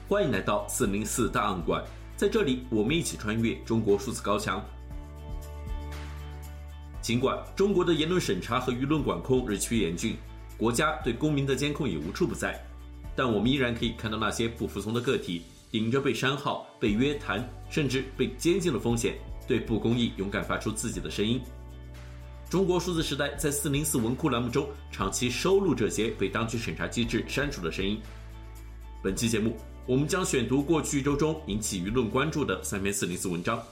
欢迎来到404大案馆，在这里我们一起穿越中国数字高墙。尽管中国的言论审查和舆论管控日趋严峻，国家对公民的监控也无处不在，但我们依然可以看到那些不服从的个体顶着被删号、被约谈，甚至被监禁的风险，对不公义勇敢发出自己的声音。中国数字时代在404文库栏目中长期收录这些被当局审查机制删除的声音。本期节目，我们将选读过去一周中引起舆论关注的3篇404文章。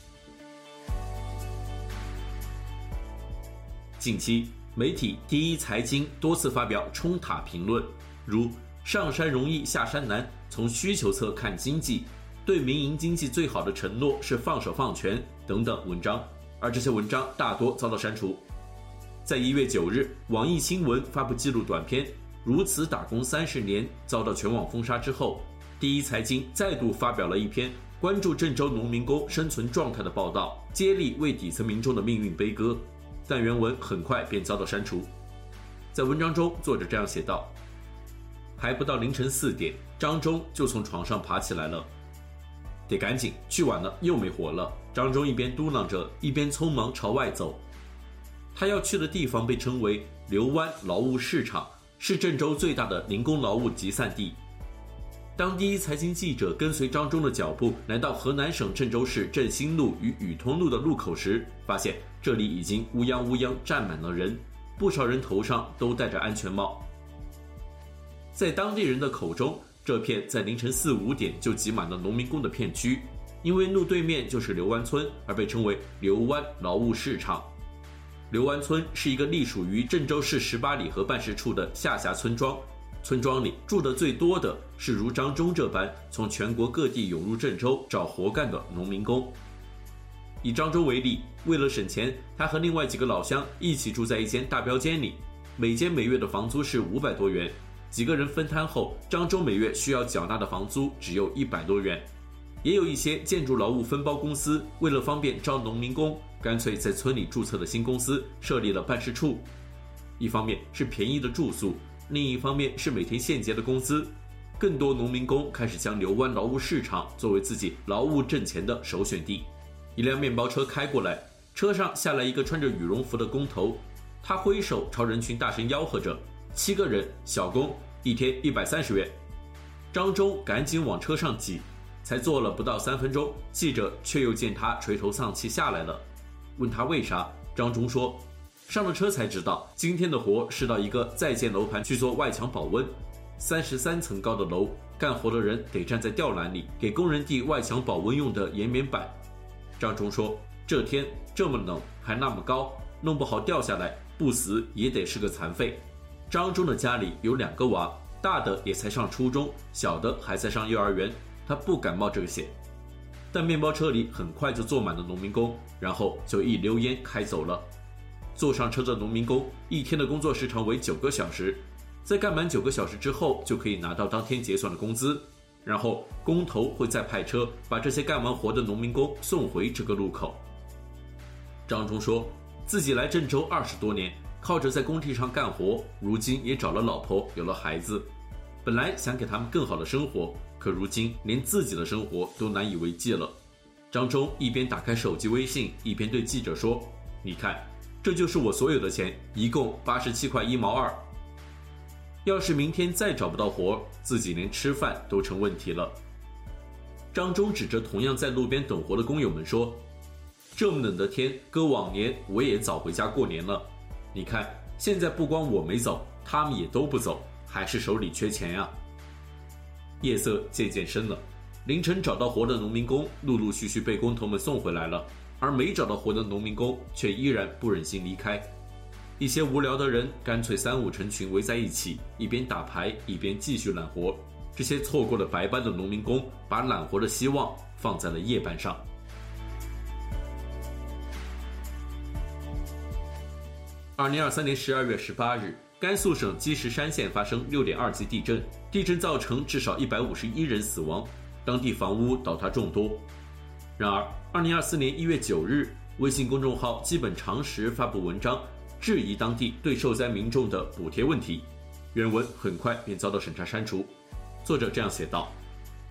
近期，媒体第一财经多次发表冲塔评论，如上山容易下山难，从需求侧看经济，对民营经济最好的承诺是放手放权等等文章，而这些文章大多遭到删除。在1月9日，网易新闻发布记录短片《如此打工30年》遭到全网封杀之后，第一财经再度发表了一篇关注郑州农民工生存状态的报道，接力为底层民众的命运悲歌，但原文很快便遭到删除。在文章中，作者这样写道：还不到凌晨4点，张忠就从床上爬起来了，得赶紧，去晚了又没活了。张忠一边嘟囔着，一边匆忙朝外走。他要去的地方被称为刘湾劳务市场，是郑州最大的零工劳务集散地。当第一财经记者跟随张忠的脚步来到河南省郑州市振兴路与宇通路的路口时，发现这里已经乌泱站满了人，不少人头上都戴着安全帽。在当地人的口中，这片在凌晨4、5点就挤满了农民工的片区，因为路对面就是刘湾村而被称为刘湾劳务市场。刘湾村是一个隶属于郑州市18里河办事处的下辖村庄，村庄里住的最多的是如张忠这般从全国各地涌入郑州找活干的农民工。以张忠为例，为了省钱，他和另外几个老乡一起住在一间大标间里，每间每月的房租是500多元，几个人分摊后，张忠每月需要缴纳的房租只有100多元。也有一些建筑劳务分包公司为了方便招农民工，干脆在村里注册的新公司设立了办事处。一方面是便宜的住宿，另一方面是每天现结的工资。更多农民工开始将刘湾劳务市场作为自己劳务挣钱的首选地。一辆面包车开过来，车上下来一个穿着羽绒服的工头，他挥手朝人群大声吆喝着：7个人，小工，一天130元。张忠赶紧往车上挤，才坐了不到3分钟，记者却又见他垂头丧气下来了。问他为啥，张忠说：上了车才知道，今天的活是到一个在建楼盘去做外墙保温，33层高的楼，干活的人得站在吊篮里，给工人递外墙保温用的岩棉板。张忠说：这天这么冷还那么高，弄不好掉下来，不死也得是个残废。张忠的家里有2个娃，大的也才上初中，小的还在上幼儿园，他不敢冒这个险。但面包车里很快就坐满了农民工，然后就一溜烟开走了。坐上车的农民工一天的工作时长为9个小时，在干满9个小时之后就可以拿到当天结算的工资，然后工头会再派车把这些干完活的农民工送回这个路口。张忠说，自己来郑州20多年，靠着在工地上干活，如今也找了老婆，有了孩子。本来想给他们更好的生活，可如今连自己的生活都难以为继了。张忠一边打开手机微信，一边对记者说：你看，这就是我所有的钱，一共87块1毛2。要是明天再找不到活，自己连吃饭都成问题了。张忠指着同样在路边等活的工友们说：这么冷的天，搁往年我也早回家过年了。你看，现在不光我没走，他们也都不走，还是手里缺钱呀。夜色渐渐深了，凌晨找到活的农民工陆陆续续被工头们送回来了，而没找到活的农民工却依然不忍心离开。一些无聊的人干脆3、5成群围在一起，一边打牌一边继续揽活。这些错过了白班的农民工把揽活的希望放在了夜班上。2023年12月18日，甘肃省积石山县发生6.2级地震，地震造成至少151人死亡，当地房屋倒塌众多。然而2024年1月9日，微信公众号基本常识发布文章，质疑当地对受灾民众的补贴问题，原文很快便遭到审查删除。作者这样写道：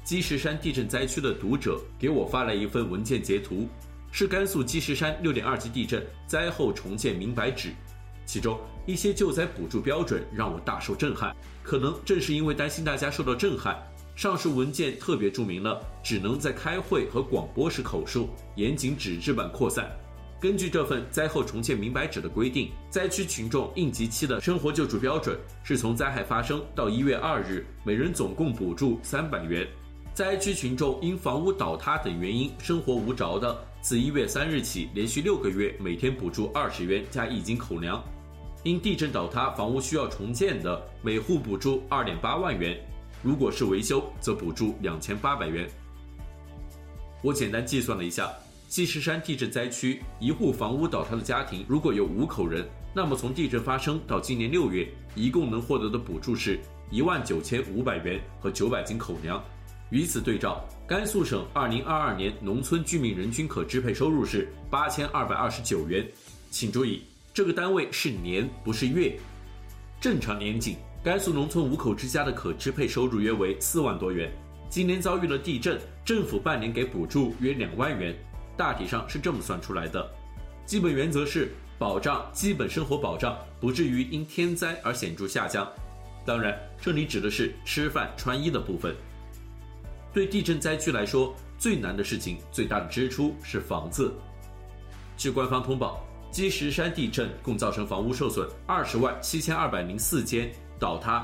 积石山地震灾区的读者给我发来一份文件截图，是甘肃积石山6.2级地震灾后重建明白纸，其中一些救灾补助标准让我大受震撼。可能正是因为担心大家受到震撼，上述文件特别注明了只能在开会和广播时口述，严禁纸质版扩散。根据这份灾后重建明白纸的规定，灾区群众应急期的生活救助标准是从灾害发生到1月2日，每人总共补助300元。灾区群众因房屋倒塌等原因生活无着的，自1月3日起连续6个月每天补助20元加1斤口粮。因地震倒塌房屋需要重建的，每户补助2.8万元，如果是维修则补助2800元。我简单计算了一下，积石山地震灾区一户房屋倒塌的家庭如果有5口人，那么从地震发生到今年6月，一共能获得的补助是19500元和900斤口粮。与此对照，甘肃省2022年农村居民人均可支配收入是8229元。请注意，这个单位是年，不是月。正常年景，甘肃农村5口之家的可支配收入约为4万多元。今年遭遇了地震，政府半年给补助约2万元，大体上是这么算出来的。基本原则是保障基本生活保障不至于因天灾而显著下降，当然这里指的是吃饭穿衣的部分。对地震灾区来说，最难的事情、最大的支出是房子。据官方通报，积石山地震共造成房屋受损207204间，倒塌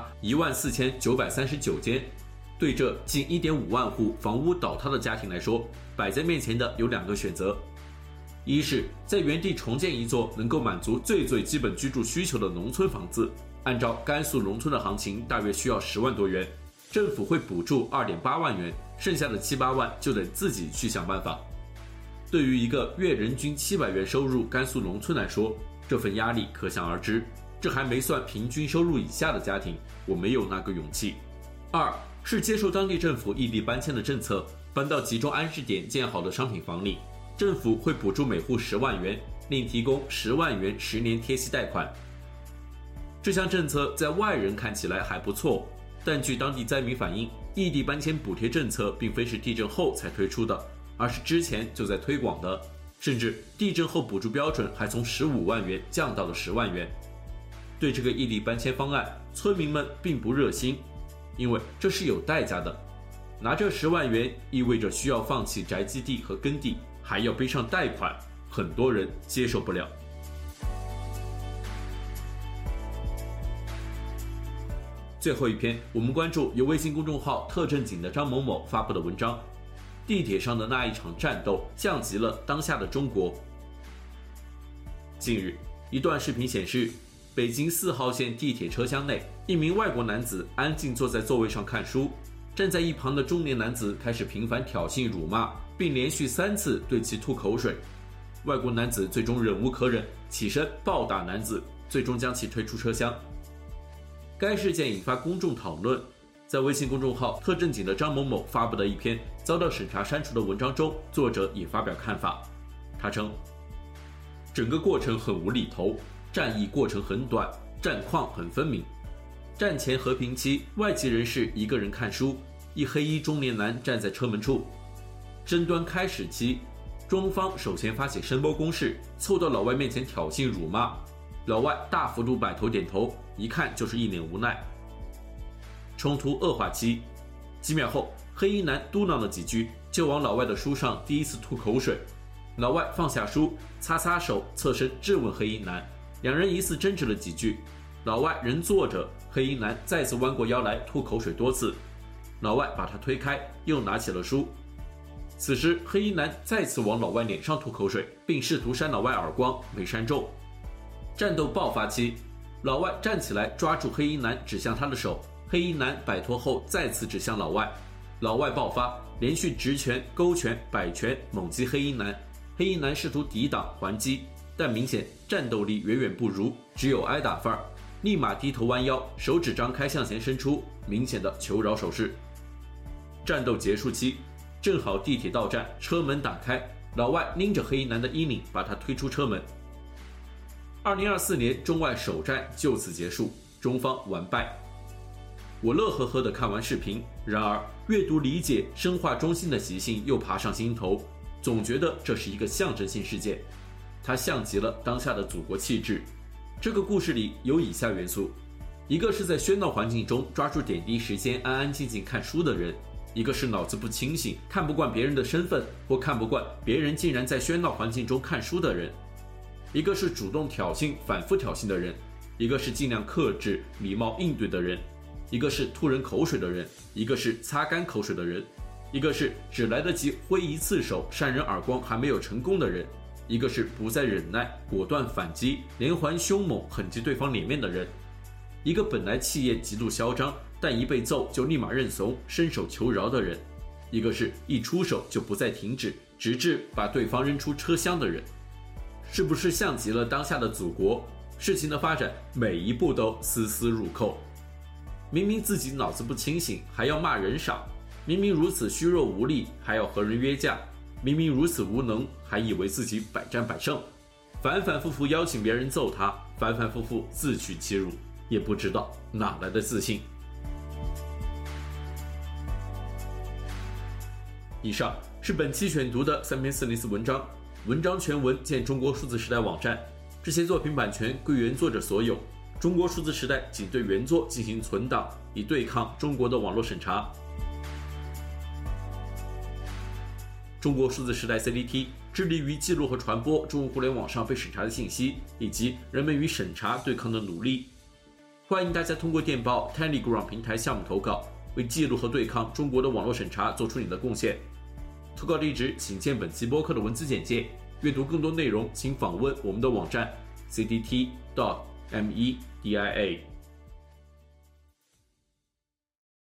14939间。对这近1.5万户房屋倒塌的家庭来说，摆在面前的有2个选择：一是在原地重建一座能够满足最基本居住需求的农村房子，按照甘肃农村的行情，大约需要10万多元，政府会补助2.8万元，剩下的7、8万就得自己去想办法。对于一个月人均700元收入甘肃农村来说，这份压力可想而知。这还没算平均收入以下的家庭，我没有那个勇气。二是接受当地政府异地搬迁的政策，搬到集中安置点建好的商品房里，政府会补助每户10万元，另提供10万元10年贴息贷款。这项政策在外人看起来还不错，但据当地灾民反映，异地搬迁补贴政策并非是地震后才推出的，而是之前就在推广的，甚至地震后补助标准还从15万元降到了10万元。对这个异地搬迁方案，村民们并不热心，因为这是有代价的。拿这10万元意味着需要放弃宅基地和耕地，还要背上贷款，很多人接受不了。最后一篇，我们关注由微信公众号特正经的张某某发布的文章，地铁上的那一场战斗像极了当下的中国。近日，一段视频显示，北京4号线地铁车厢内，一名外国男子安静坐在座位上看书，站在一旁的中年男子开始频繁挑衅辱骂，并连续3次对其吐口水。外国男子最终忍无可忍，起身暴打男子，最终将其推出车厢。该事件引发公众讨论，在微信公众号特正经的张某某发布的一篇遭到审查删除的文章中，作者也发表看法。他称，整个过程很无厘头，战役过程很短，战况很分明。战前和平期，外籍人士一个人看书，一黑衣中年男站在车门处。争端开始期，中方首先发起声波攻势，凑到老外面前挑衅辱骂，老外大幅度摆头点头，一看就是一脸无奈。冲突恶化期，几秒后，黑衣男嘟囔了几句，就往老外的书上第一次吐口水。老外放下书，擦擦手，侧身质问黑衣男，两人疑似争执了几句。老外仍坐着，黑衣男再次弯过腰来吐口水多次，老外把他推开，又拿起了书。此时黑衣男再次往老外脸上吐口水，并试图扇老外耳光，没扇中。战斗爆发期，老外站起来抓住黑衣男指向他的手，黑衣男摆脱后再次指向老外，老外爆发，连续直拳、勾拳、摆拳猛击黑衣男，黑衣男试图抵挡还击，但明显战斗力远远不如，只有挨打范儿，立马低头弯腰，手指张开向前伸出，明显的求饶手势。战斗结束期，正好地铁到站，车门打开，老外拎着黑衣男的衣领把他推出车门。2024年中外首战就此结束，中方完败。 我乐呵呵地看完视频，然而阅读理解、深化中心的习性又爬上心头，总觉得这是一个象征性事件，它像极了当下的祖国气质。这个故事里有以下元素：一个是在喧闹环境中抓住点滴时间安安静静看书的人，一个是脑子不清醒，看不惯别人的身份，或看不惯别人竟然在喧闹环境中看书的人，一个是主动挑衅、反复挑衅的人，一个是尽量克制、礼貌应对的人，一个是吐人口水的人，一个是擦干口水的人，一个是只来得及挥一次手扇人耳光还没有成功的人，一个是不再忍耐，果断反击，连环凶猛狠击对方脸面的人，一个本来气焰极度嚣张，但一被揍就立马认怂，伸手求饶的人，一个是一出手就不再停止，直至把对方扔出车厢的人。是不是像极了当下的祖国？事情的发展每一步都丝丝入扣。明明自己脑子不清醒，还要骂人傻；明明如此虚弱无力，还要和人约架；明明如此无能，还以为自己百战百胜。反反复复邀请别人揍他，反反复复自取其辱，也不知道哪来的自信。以上是本期选读的3篇404文章，文章全文见中国数字时代网站。这些作品版权归原作者所有，中国数字时代仅对原作进行存档，以对抗中国的网络审查。中国数字时代 CDT 致力于记录和传播中国互联网上被审查的信息，以及人们与审查对抗的努力。欢迎大家通过电报 Telegram 平台项目投稿，为记录和对抗中国的网络审查做出你的贡献。投稿地址请见本期播客的文字简介。阅读更多内容，请访问我们的网站 cdt.media